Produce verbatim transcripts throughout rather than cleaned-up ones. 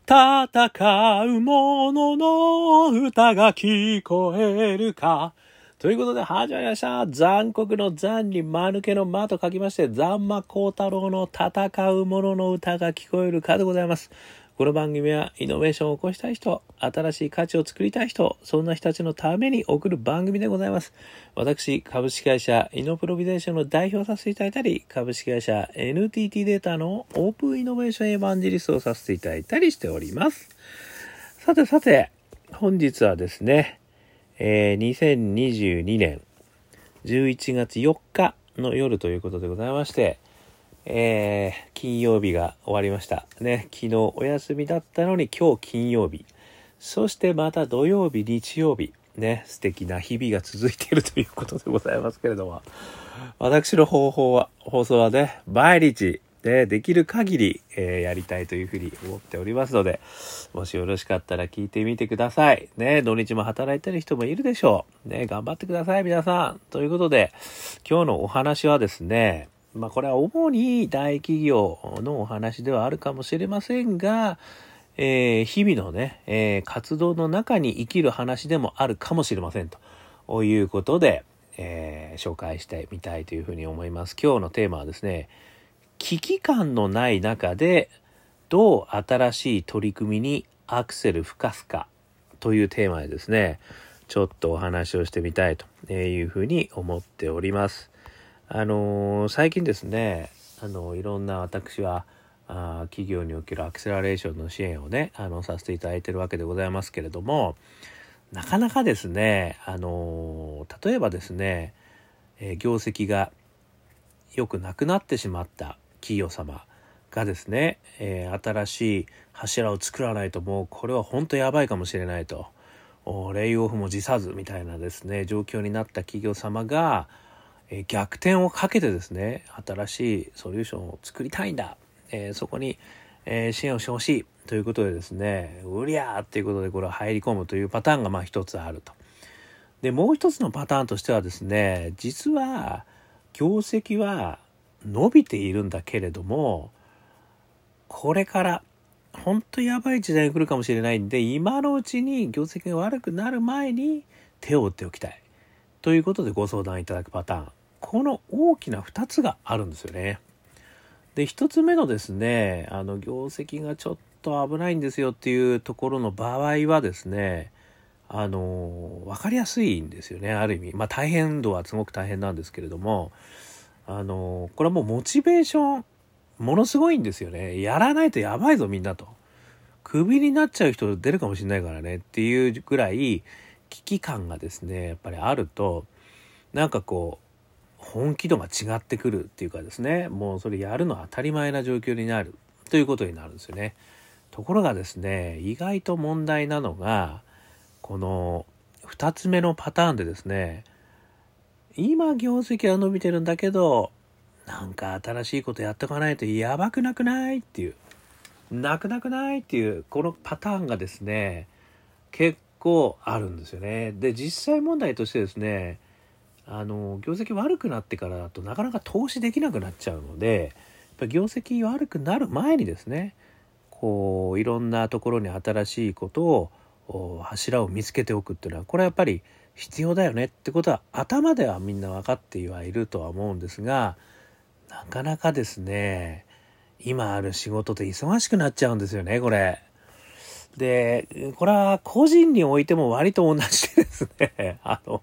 戦う者の歌が聞こえるか。ということで始まりました。残酷の残に間抜けの間と書きまして、残魔高太郎の戦う者の歌が聞こえるかでございます。この番組はイノベーションを起こしたい人、新しい価値を作りたい人、そんな人たちのために送る番組でございます。私、株式会社イノプロビゼーションの代表をさせていただいたり、株式会社 エヌティーティー データのオープンイノベーションエヴァンジェリストをさせていただいたりしております。さてさて、本日はですね、えー、にせんにじゅうにねんじゅういちがつよっかの夜ということでございまして、えー、金曜日が終わりましたね。昨日お休みだったのに今日金曜日、そしてまた土曜日日曜日ね、素敵な日々が続いているということでございますけれども、私の方法は放送はね、毎日でできる限り、えー、やりたいというふうに思っておりますので、もしよろしかったら聞いてみてくださいね。土日も働いてる人もいるでしょうね。頑張ってください皆さん。ということで、今日のお話はですね、まあこれは主に大企業のお話ではあるかもしれませんが、えー、日々のね、えー、活動の中に生きる話でもあるかもしれませんということで、えー、紹介してみたいというふうに思います。今日のテーマはですね、危機感のない中でどう新しい取り組みにアクセル吹かすかというテーマでですね、ちょっとお話をしてみたいというふうに思っております。あのー、最近ですね、あのいろんな私はあ企業におけるアクセラレーションの支援をね、あのさせていただいているわけでございますけれども、なかなかですね、あのー、例えばですね、えー、業績がよくなくなってしまった企業様がですね、えー、新しい柱を作らないともうこれは本当やばいかもしれないと、レイオフも辞さずみたいなですね状況になった企業様が、えー、逆転をかけてですね、新しいソリューションを作りたいんだ、えー、そこに、えー、支援をしてほしいということでですね、うりゃーっていうことでこれは入り込むというパターンがまあ一つあると。でもう一つのパターンとしてはですね、実は業績は伸びているんだけれども、これから本当やばい時代が来るかもしれないんで、今のうちに業績が悪くなる前に手を打っておきたいということでご相談いただくパターン、この大きなふたつがあるんですよね。で、ひとつめのですね、あの業績がちょっと危ないんですよっていうところの場合はですね、あの分かりやすいんですよね、ある意味。まあ大変度はすごく大変なんですけれども、あのこれはもうモチベーションものすごいんですよね。やらないとやばいぞみんなと、クビになっちゃう人出るかもしれないからねっていうぐらい危機感がですねやっぱりあると、なんかこう本気度が違ってくるっていうかですね、もうそれやるのは当たり前な状況になるということになるんですよね。ところがですね、意外と問題なのがこのふたつめのパターンでですね、今業績は伸びてるんだけど、なんか新しいことやっておかないとやばくなくないっていう、なくなくないっていう、このパターンがですね結構あるんですよね。で、実際問題としてですね、あの業績悪くなってからだとなかなか投資できなくなっちゃうので、やっぱ業績悪くなる前にですね、こういろんなところに新しいことを柱を見つけておくっていうのは、これはやっぱり必要だよねってことは頭ではみんな分かってはいるとは思うんですが、なかなかですね今ある仕事で忙しくなっちゃうんですよね、これ。で、これは個人においても割と同じでですね、あの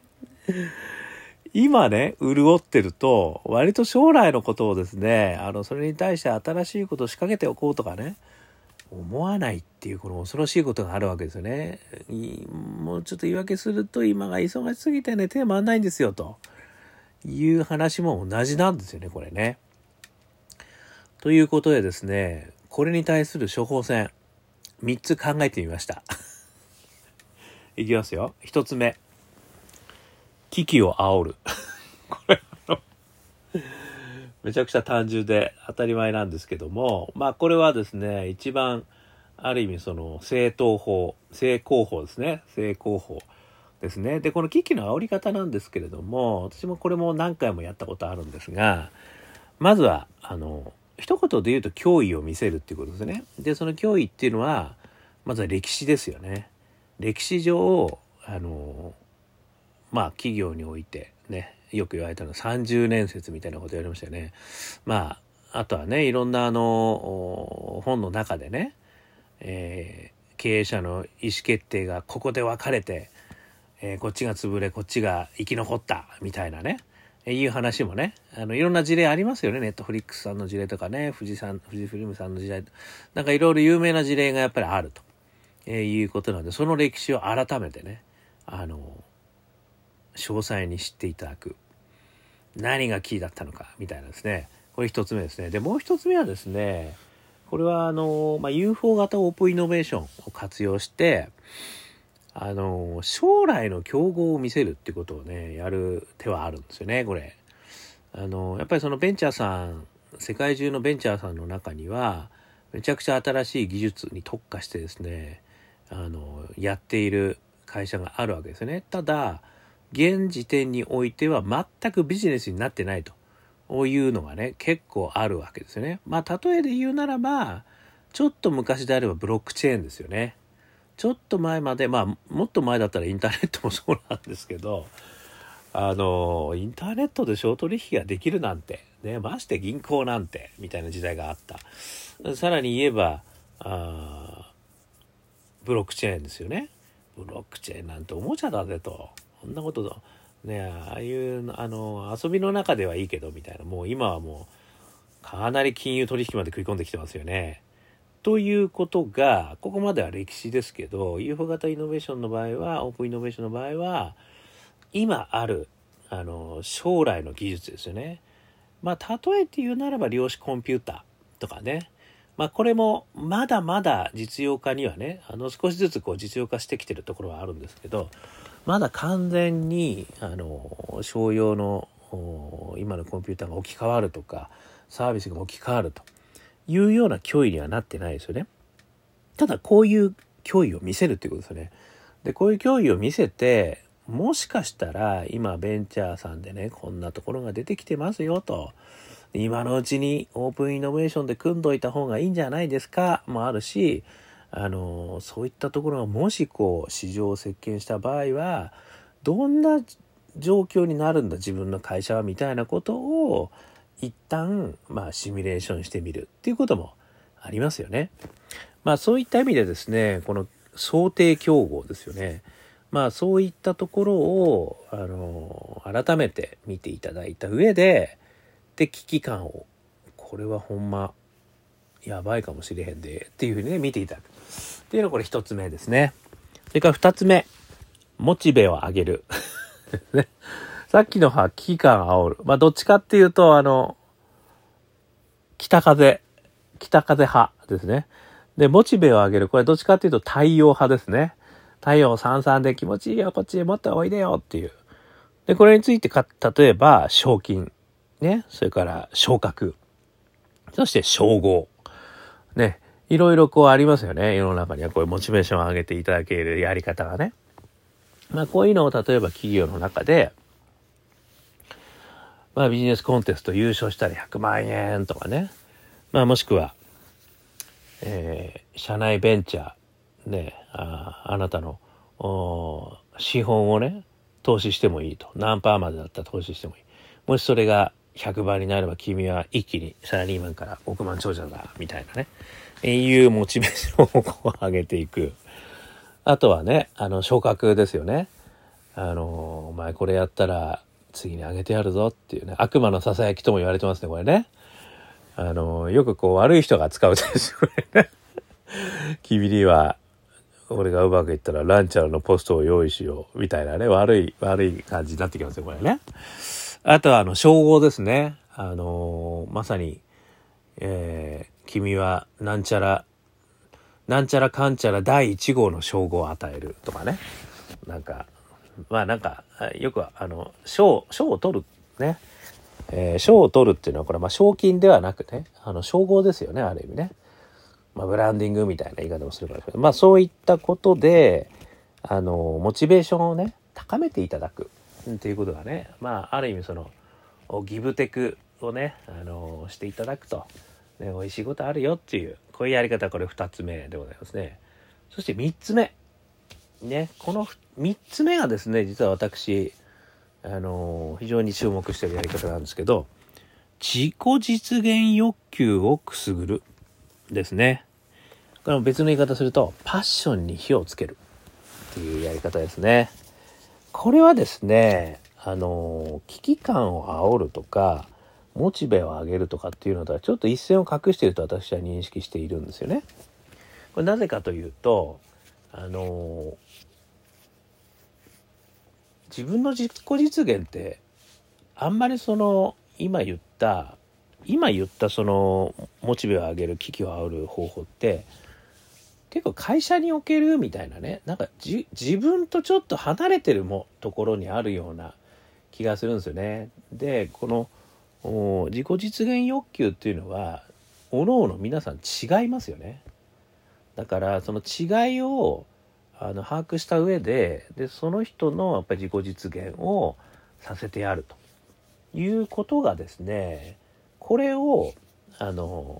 今ね潤ってると割と将来のことをですね、あのそれに対して新しいことを仕掛けておこうとかね思わないっていう、この恐ろしいことがあるわけですよね。もうちょっと言い訳すると、今が忙しすぎてね手回んないんですよという話も同じなんですよね、これね。ということでですね、これに対する処方箋みっつ考えてみましたいきますよ。ひとつめ、危機を煽るこれめちゃくちゃ単純で当たり前なんですけども、まあこれはですね一番ある意味その正当法、正攻法ですね、正攻法ですね。で、この危機の煽り方なんですけれども、私もこれも何回もやったことあるんですが、まずはあの一言で言うと脅威を見せるっていうことですね。でその脅威っていうのはまずは歴史ですよね。歴史上あのまあ企業においてね、よく言われたのはさんじゅうねん説みたいなこと言われましたよね。まああとはね、いろんなあの本の中でね、えー、経営者の意思決定がここで分かれて、えー、こっちが潰れこっちが生き残ったみたいなね、えー、いう話もね、あのいろんな事例ありますよね。ネットフリックスさんの事例とかね、富士さん富士フィルムさんの事例、なんかいろいろ有名な事例がやっぱりあると、えー、いうことなんで、その歴史を改めてね、あの詳細に知っていただく、何がキーだったのかみたいなですね、これ一つ目ですね。でもう一つ目はですね、これはあの、まあ、ユーフォー 型オープンイノベーションを活用してあの将来の競合を見せるっていうことをねやる手はあるんですよね。これあのやっぱりそのベンチャーさん、世界中のベンチャーさんの中にはめちゃくちゃ新しい技術に特化してですね、あのやっている会社があるわけですよね。ただ現時点においては全くビジネスになってないというのがね結構あるわけですよね。まあ例えで言うならば、ちょっと昔であればブロックチェーンですよね。ちょっと前まで、まあもっと前だったらインターネットもそうなんですけど、あのインターネットで商取引ができるなんてね、まして銀行なんてみたいな時代があった。さらに言えばあブロックチェーンですよね。ブロックチェーンなんておもちゃだぜと、こんなことだね、ああいうあの遊びの中ではいいけどみたいな、もう今はもうかなり金融取引まで食い込んできてますよね。ということが、ここまでは歴史ですけど、 ユーフォー 型イノベーションの場合は、オープンイノベーションの場合は今あるあの将来の技術ですよね。まあ例えて言うならば量子コンピューターとかね、まあこれもまだまだ実用化にはね、あの少しずつこう実用化してきてるところはあるんですけど、まだ完全にあの商用の今のコンピューターが置き換わるとかサービスが置き換わるというような脅威にはなってないですよね。ただこういう脅威を見せるっていうことですよね。でこういう脅威を見せて、もしかしたら今ベンチャーさんでねこんなところが出てきてますよと、今のうちにオープンイノベーションで組んどいた方がいいんじゃないですかもあるし、あのそういったところがもしこう市場を席巻した場合はどんな状況になるんだ自分の会社はみたいなことを一旦まあシミュレーションしてみるっていうこともありますよね。まあそういった意味でですね、この想定競合ですよね。まあそういったところをあの改めて見ていただいた上で、で危機感を、これはほんまやばいかもしれへんでっていうふうにね見ていただくっていうのがこれ一つ目ですね。それから二つ目、モチベを上げるね。さっきのは危機感を煽る、まあどっちかっていうとあの北風北風派ですね。でモチベを上げる、これどっちかっていうと太陽派ですね。太陽さんさんで気持ちいいよ、こっちへもっとおいでよっていう。でこれについてか例えば賞金ね、それから昇格、そして称号ね、いろいろこうありますよね。世の中にはこういうモチベーションを上げていただけるやり方がね。まあこういうのを例えば企業の中で、まあビジネスコンテスト優勝したらひゃくまんえんとかね。まあもしくは、えー、社内ベンチャーね、あ、あなたの資本をね、投資してもいいと。何パーまでだったら投資してもいい。もしそれがひゃくばいになれば君は一気にサラリーマンから億万長者だみたいなね、えー、いうモチベーションをこう上げていく。あとはね、あの昇格ですよね。あのお前これやったら次に上げてやるぞっていうね、悪魔のささやきとも言われてますね、これね。あのよくこう悪い人が使うですよね。君には俺がうまくいったらランチャーのポストを用意しようみたいなね、悪い悪い感じになってきますよ、これね。あとはあの称号ですね。あのー、まさに、えー、君はなんちゃらなんちゃらかんちゃらだいいち号の称号を与えるとかね。なんかまあなんかよくあの賞賞を取るね、えー、賞を取るっていうのはこれはまあ賞金ではなくね、あの称号ですよね、ある意味ね。まあブランディングみたいな言い方もするからですけど、まあそういったことであのモチベーションをね高めていただくっていうことがね、まあある意味そのギブテクをね、あのしていただくとね、美味しいことあるよっていう、こういうやり方、これふたつめでございますね。そしてみっつめ。ね、このみっつめがですね、実は私、あのー、非常に注目しているやり方なんですけど、自己実現欲求をくすぐるですね。これも別の言い方すると、パッションに火をつけるっていうやり方ですね。これはですね、あのー、危機感を煽るとか、モチベを上げるとかっていうのとはちょっと一線を画していると私は認識しているんですよね。これなぜかというと、あのー、自分の自己実現ってあんまりその今言った今言ったそのモチベを上げる危機を煽る方法って結構会社におけるみたいなね、なんかじ自分とちょっと離れてるもところにあるような気がするんですよね。で、この自己実現欲求っていうのはおのおの皆さん違いますよね。だからその違いをあの把握した上で、でその人のやっぱり自己実現をさせてやるということがですね、これをあの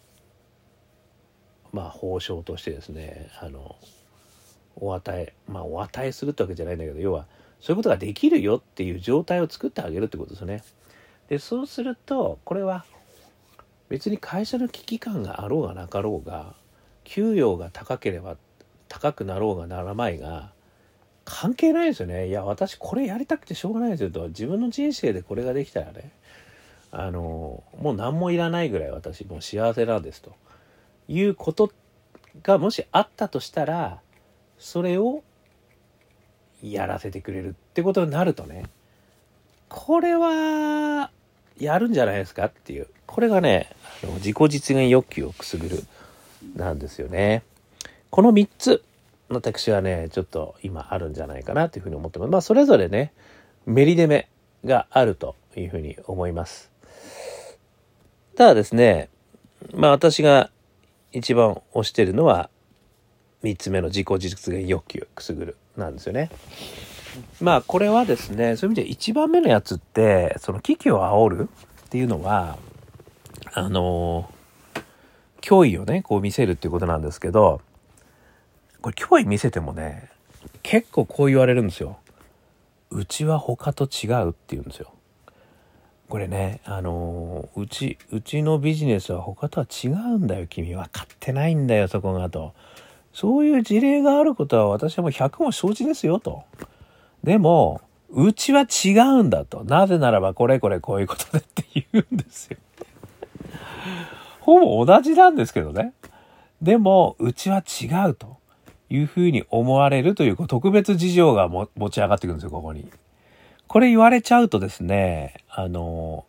まあ報奨としてですね、あのお与えまあお与えするってわけじゃないんだけど、要はそういうことができるよっていう状態を作ってあげるってことですよね。でそうするとこれは別に会社の危機感があろうがなかろうが、給与が高ければ高くなろうがならないが関係ないですよね。いや私これやりたくてしょうがないですよと、自分の人生でこれができたらね、あのもう何もいらないぐらい私もう幸せなんですということがもしあったとしたら、それをやらせてくれるってことになるとね、これはやるんじゃないですかっていう、これがね、あの自己実現欲求をくすぐるなんですよね。このみっつ私はねちょっと今あるんじゃないかなというふうに思ってます。まあそれぞれねメリデメがあるというふうに思います。ただですね、まあ私が一番推しているのはみっつめの自己実現欲求をくすぐるなんですよね。まあこれはですね、そういう意味でいちばんめのやつってその危機を煽るっていうのはあの脅威をねこう見せるっていうことなんですけど、これ脅威見せてもね結構こう言われるんですよ。うちは他と違うって言うんですよ。これね、あのうちうちのビジネスは他とは違うんだよ、君分かってないんだよそこがと。そういう事例があることは私はもうひゃくも承知ですよと。でもうちは違うんだと。なぜならばこれこれこういうことでって言うんですよ。ほぼ同じなんですけどね。でもうちは違うというふうに思われるという特別事情がも持ち上がってくるんですよ、ここに。これ言われちゃうとですね、あの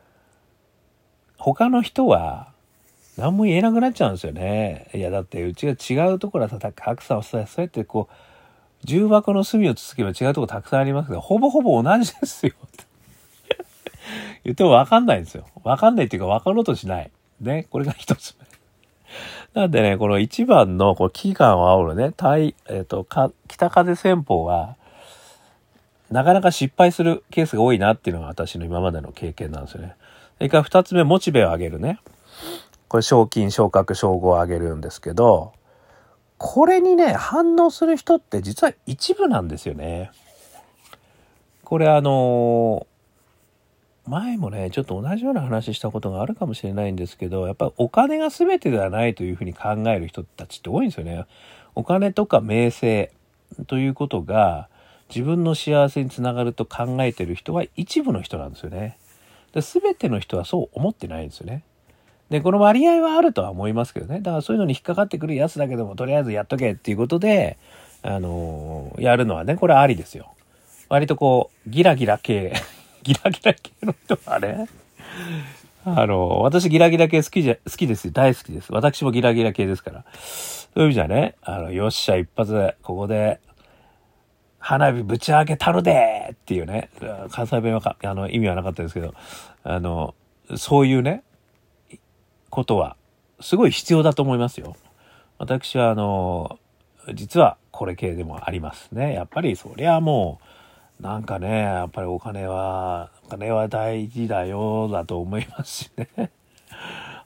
他の人は何も言えなくなっちゃうんですよね。いやだってうちが違うところはた格差をそうやってこう重箱の隅をつつけば違うところたくさんありますけど、ほぼほぼ同じですよ言っても分かんないんですよ。分かんないっていうか分かろうとしないね。これが一つ目なんでね、この一番のこの危機感を煽るね、対、えっと、か北風戦法はなかなか失敗するケースが多いなっていうのが私の今までの経験なんですよね。それから二つ目、モチベを上げるね。これ賞金、昇格、称号を上げるんですけど、これにね反応する人って実は一部なんですよね。これあの前もねちょっと同じような話したことがあるかもしれないんですけど、やっぱりお金が全てではないというふうに考える人たちって多いんですよね。お金とか名声ということが自分の幸せにつながると考えてる人は一部の人なんですよね。で全ての人はそう思ってないんですよね。でこの割合はあるとは思いますけどね。だからそういうのに引っかかってくるやつだけどもとりあえずやっとけっていうことであのー、やるのはねこれありですよ。割とこうギラギラ系ギラギラ系の人はね、あのー、私ギラギラ系好きじゃ好きですよ。大好きです。私もギラギラ系ですから。そういう意味じゃね、あのよっしゃ一発でここで花火ぶち上げたるでーっていうね、関西弁はかあの意味はなかったですけど、あのそういうねことはすごい必要だと思いますよ。私はあの実はこれ系でもありますね。やっぱりそりゃもうなんかね、やっぱりお金はお金は大事だよだと思いますしね。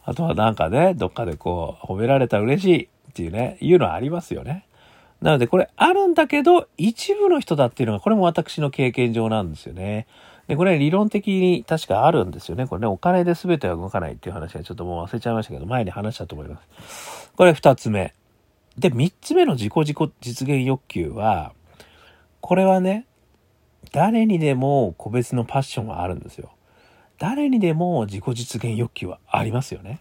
あとはなんかね、どっかでこう、褒められたら嬉しいっていうね、いうのはありますよね。なのでこれあるんだけど、一部の人だっていうのが、これも私の経験上なんですよね。で、これ理論的に確かあるんですよね。これね、お金で全ては動かないっていう話はちょっともう忘れちゃいましたけど、前に話したと思います。これ二つ目。で、三つ目の自己自己実現欲求は、これはね、誰にでも個別のパッションはあるんですよ。誰にでも自己実現欲求はありますよね。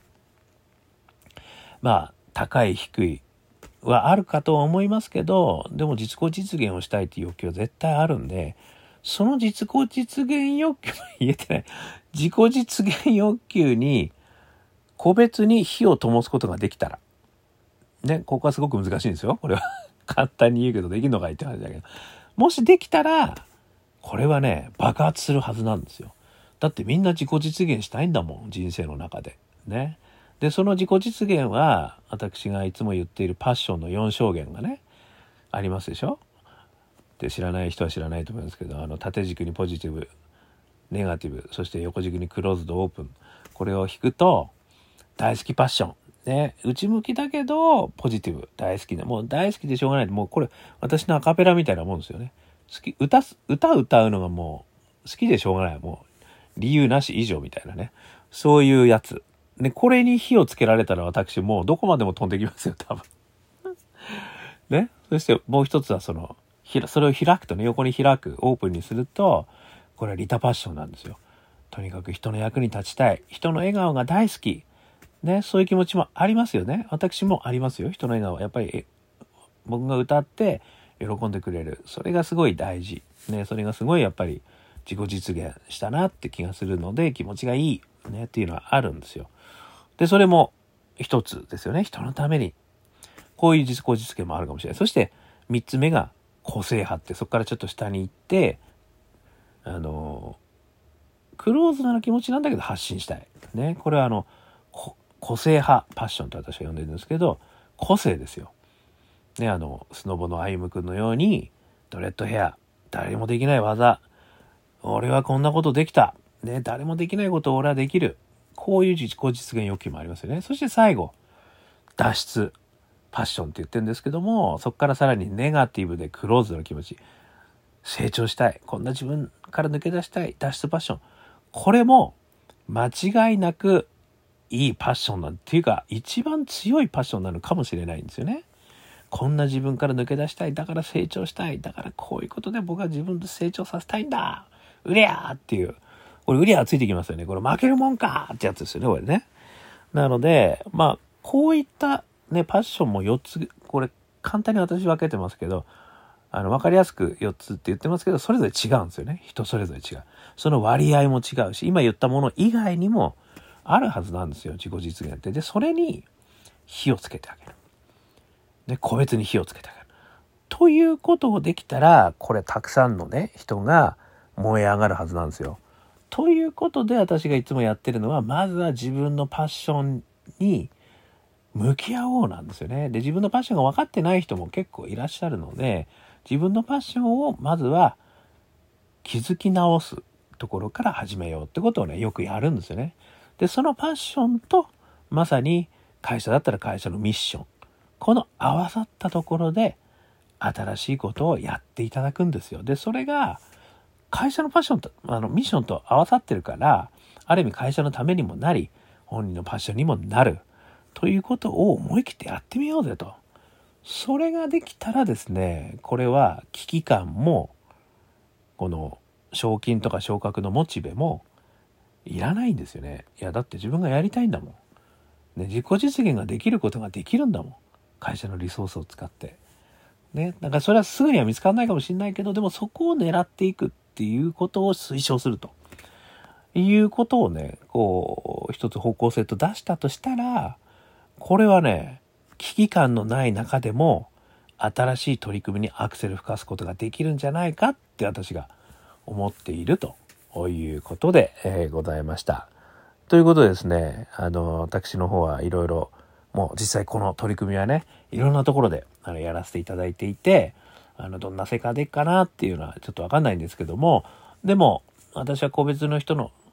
まあ、高い低いはあるかとは思いますけど、でも自己実現をしたいっていう欲求は絶対あるんで、その自己実現欲求言えてない。自己実現欲求に個別に火を灯すことができたら。ね、ここはすごく難しいんですよ。これは簡単に言うけどできるのかいって話だけど。もしできたら、これはね、爆発するはずなんですよ。だってみんな自己実現したいんだもん、人生の中で。ね。で、その自己実現は、私がいつも言っているパッションのよん証言がね、ありますでしょ。で、知らない人は知らないと思いますけど、あの、縦軸にポジティブ、ネガティブ、そして横軸にクローズド、オープン。これを引くと、大好きパッション。ね。内向きだけど、ポジティブ。大好きな。もう大好きでしょうがない。もうこれ、私のアカペラみたいなもんですよね。好き、歌す、歌歌うのがもう、好きでしょうがない。もう、理由なし以上みたいなね。そういうやつ。ね、これに火をつけられたら私もうどこまでも飛んできますよ、多分。ね。そしてもう一つはその、それを開くとね、横に開く、オープンにすると、これはリタパッションなんですよ。とにかく人の役に立ちたい。人の笑顔が大好き。ね、そういう気持ちもありますよね。私もありますよ。人の笑顔。やっぱり、僕が歌って喜んでくれる。それがすごい大事。ね、それがすごいやっぱり自己実現したなって気がするので、気持ちがいい。ね、っていうのはあるんですよ。で、それも一つですよね。人のために。こういう自己実現もあるかもしれない。そして三つ目が個性派って、そこからちょっと下に行って、あの、クローズな気持ちなんだけど発信したい。ね。これはあの、個性派、パッションと私は呼んでるんですけど、個性ですよ。ね、あの、スノボの歩夢君のように、ドレッドヘア、誰もできない技、俺はこんなことできた。ね、誰もできないことを俺はできる。こういう自己実現欲求もありますよね。そして最後、脱出、パッションって言ってるんですけども、そこからさらにネガティブでクローズの気持ち、成長したい、こんな自分から抜け出したい、脱出パッション。これも間違いなくいいパッションなんていうか、一番強いパッションなのかもしれないんですよね。こんな自分から抜け出したい、だから成長したい、だからこういうことで僕は自分で成長させたいんだ、うりゃーっていう、これうりゃーついてきますよね。これ負けるもんかーってやつですよね、これね。なので、まあ、こういったね、パッションもよっつ、これ簡単に私分けてますけど、あの、分かりやすくよっつって言ってますけど、それぞれ違うんですよね。人それぞれ違う。その割合も違うし、今言ったもの以外にもあるはずなんですよ、自己実現って。で、それに火をつけてあげる。で、個別に火をつけてあげる。ということをできたら、これたくさんのね、人が燃え上がるはずなんですよ。ということで私がいつもやってるのは、まずは自分のパッションに向き合おうなんですよね。で、自分のパッションが分かってない人も結構いらっしゃるので、自分のパッションをまずは気づき直すところから始めようってことをね、よくやるんですよね。で、そのパッションと、まさに会社だったら会社のミッション。この合わさったところで、新しいことをやっていただくんですよ。で、それが、会社のパッションと、あの、ミッションと合わさってるから、ある意味会社のためにもなり、本人のパッションにもなる。ということを思い切ってやってみようぜと。それができたらですね、これは危機感も、この賞金とか昇格のモチベもいらないんですよね。いや、だって自分がやりたいんだもん。ね、自己実現ができることができるんだもん。会社のリソースを使って。ね、だからそれはすぐには見つからないかもしれないけど、でもそこを狙っていくっていうことを推奨すると。いうことをね、こう、一つ方向性と出したとしたら、これはね、危機感のない中でも、新しい取り組みにアクセル吹かすことができるんじゃないかって私が思っているということで、えー、ございました。ということでですね、あの、私の方はいろいろ、もう実際この取り組みはね、いろんなところであのやらせていただいていて、あの、どんな成果でいくかなっていうのはちょっとわかんないんですけども、でも、私は個別の人の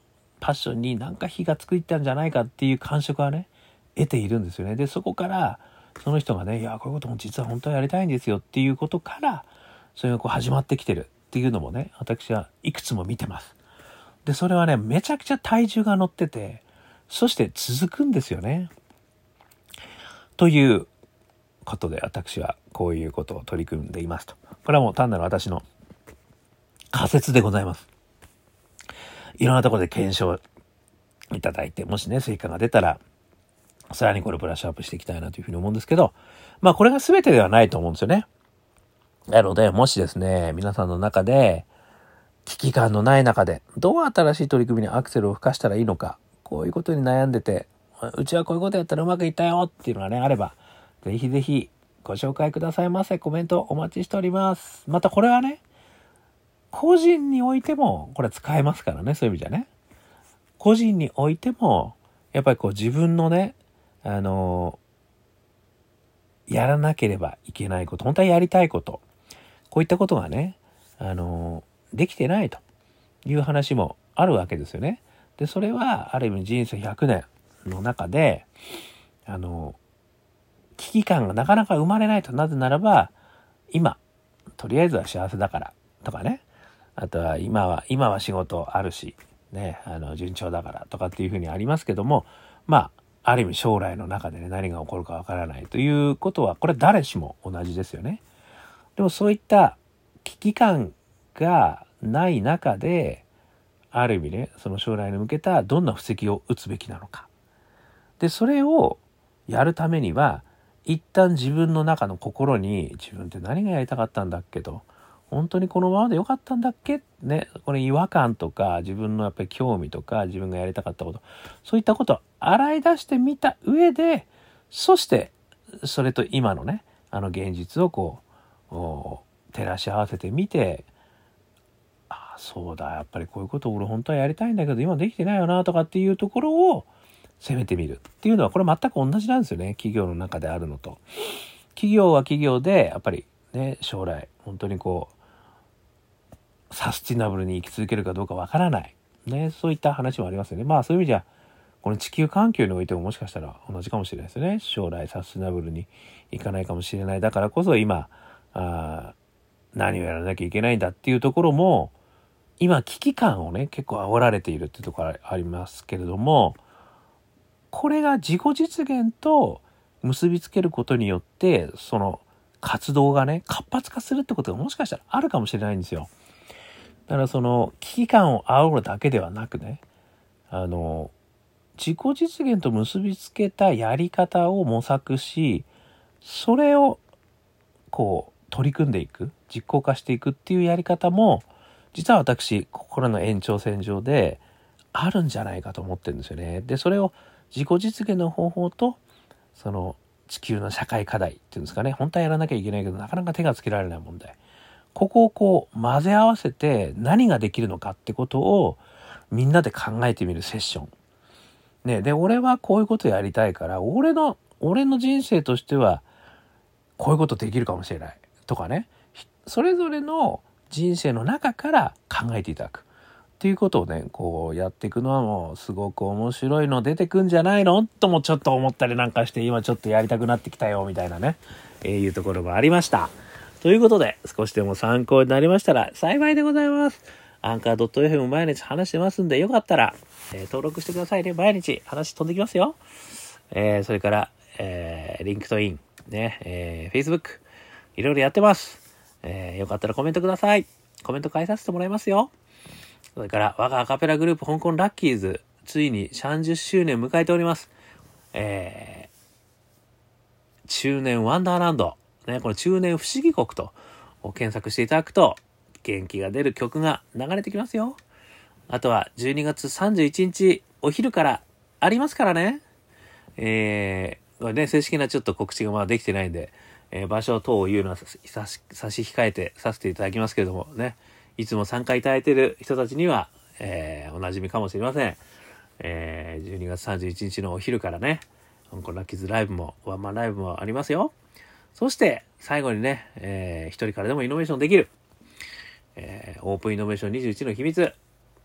パッションになんか火がついたんじゃないかっていう感触はね得ているんですよね。でそこからその人がね、いやこういうことも実は本当はやりたいんですよっていうことからそれがこう始まってきてるっていうのもね、私はいくつも見てます。でそれはねめちゃくちゃ体重が乗ってて、そして続くんですよね。ということで私はこういうことを取り組んでいますと。これはもう単なる私の仮説でございます。いろんなところで検証いただいて、もしね成果が出たらさらにこれブラッシュアップしていきたいなというふうに思うんですけど、まあこれが全てではないと思うんですよね。なのでもしですね皆さんの中で危機感のない中でどう新しい取り組みにアクセルを吹かしたらいいのか、こういうことに悩んでて、うちはこういうことやったらうまくいったよっていうのがねあれば、ぜひぜひご紹介くださいませ。コメントお待ちしております。またこれはね個人においてもこれ使えますからね。そういう意味じゃね、個人においてもやっぱりこう自分のねあのやらなければいけないこと、本当はやりたいこと、こういったことがねあのできてないという話もあるわけですよね。でそれはある意味人生ひゃくねんの中であの危機感がなかなか生まれないと。なぜならば今とりあえずは幸せだからとかね、あとは今は今は仕事あるしね、あの順調だからとかっていうふうにありますけども、まあある意味将来の中でね何が起こるかわからないということはこれ誰しも同じですよね。でもそういった危機感がない中である意味ねその将来に向けたどんな布石を打つべきなのか。でそれをやるためには一旦自分の中の心に自分って何がやりたかったんだっけと、本当にこのままでよかったんだっけね、これ違和感とか自分のやっぱり興味とか自分がやりたかったこと、そういったことを洗い出してみた上で、そしてそれと今のねあの現実をこう照らし合わせてみて、ああそうだやっぱりこういうことを俺本当はやりたいんだけど今できてないよなとかっていうところを攻めてみるっていうのはこれ全く同じなんですよね。企業の中であるのと、企業は企業でやっぱりね将来本当にこうサスティナブルに生き続けるかどうかわからないね、そういった話もありますよね。まあそういう意味じゃこの地球環境においてももしかしたら同じかもしれないですよね。将来サスティナブルにいかないかもしれない、だからこそ今あ何をやらなきゃいけないんだっていうところも今危機感をね結構煽られているっていうところがありますけれども、これが自己実現と結びつけることによってその活動がね活発化するってことがもしかしたらあるかもしれないんですよ。だからその危機感を煽るだけではなくね、あの自己実現と結びつけたやり方を模索し、それをこう取り組んでいく、実行化していくっていうやり方も実は私心の延長線上であるんじゃないかと思ってるんですよね。でそれを自己実現の方法とその地球の社会課題っていうんですかね、本当はやらなきゃいけないけどなかなか手がつけられない問題、ここをこう混ぜ合わせて何ができるのかってことをみんなで考えてみるセッションね。で俺はこういうことやりたいから俺の俺の人生としてはこういうことできるかもしれないとかね、それぞれの人生の中から考えていただくっていうことをねこうやっていくのはもうすごく面白いの出てくんじゃないのともちょっと思ったりなんかして、今ちょっとやりたくなってきたよみたいなね、えー、いうところもありました。ということで少しでも参考になりましたら幸いでございます。アンカー ドットエフエム 毎日話してますんでよかったら、えー、登録してくださいね。毎日話飛んできますよ。えー、それから、えー、リンクトインね、えー、Facebook いろいろやってます。えー、よかったらコメントください。コメント返させてもらいますよ。それから我がアカペラグループ香港ラッキーズついにさんじゅっしゅうねん迎えております。えー、中年ワンダーランドね、この中年不思議国と検索していただくと元気が出る曲が流れてきますよ。あとはじゅうにがつさんじゅういちにちお昼からありますからね。えー、これね正式なちょっと告知がまだできてないんで、えー、場所等を言うのは差し控えてさせていただきますけれどもね、いつも参加いただいている人たちには、えー、おなじみかもしれません。えー、じゅうにがつさんじゅういちにちのお昼からね香港ラッキーズライブもワンマンライブもありますよ。そして最後にね、えー、一人からでもイノベーションできる、えー、オープンイノベーションにじゅういちの秘密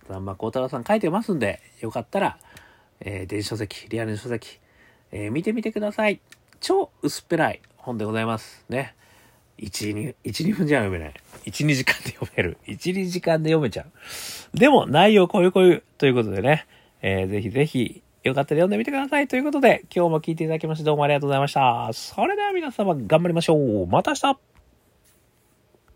ざんまこうたろうさん書いてますんで、よかったら、えー、電子書籍、リアルの書籍、えー、見てみてください。超薄っぺらい本でございますね。いち、に、いち、にふんじゃ読めない。いち、にじかんで読める。いち、にじかんで読めちゃう。でも内容こういうこういうということでね、えー、ぜひぜひよかったら読んでみてくださいということで、今日も聞いていただきましてどうもありがとうございました。それでは皆様頑張りましょう。また明日。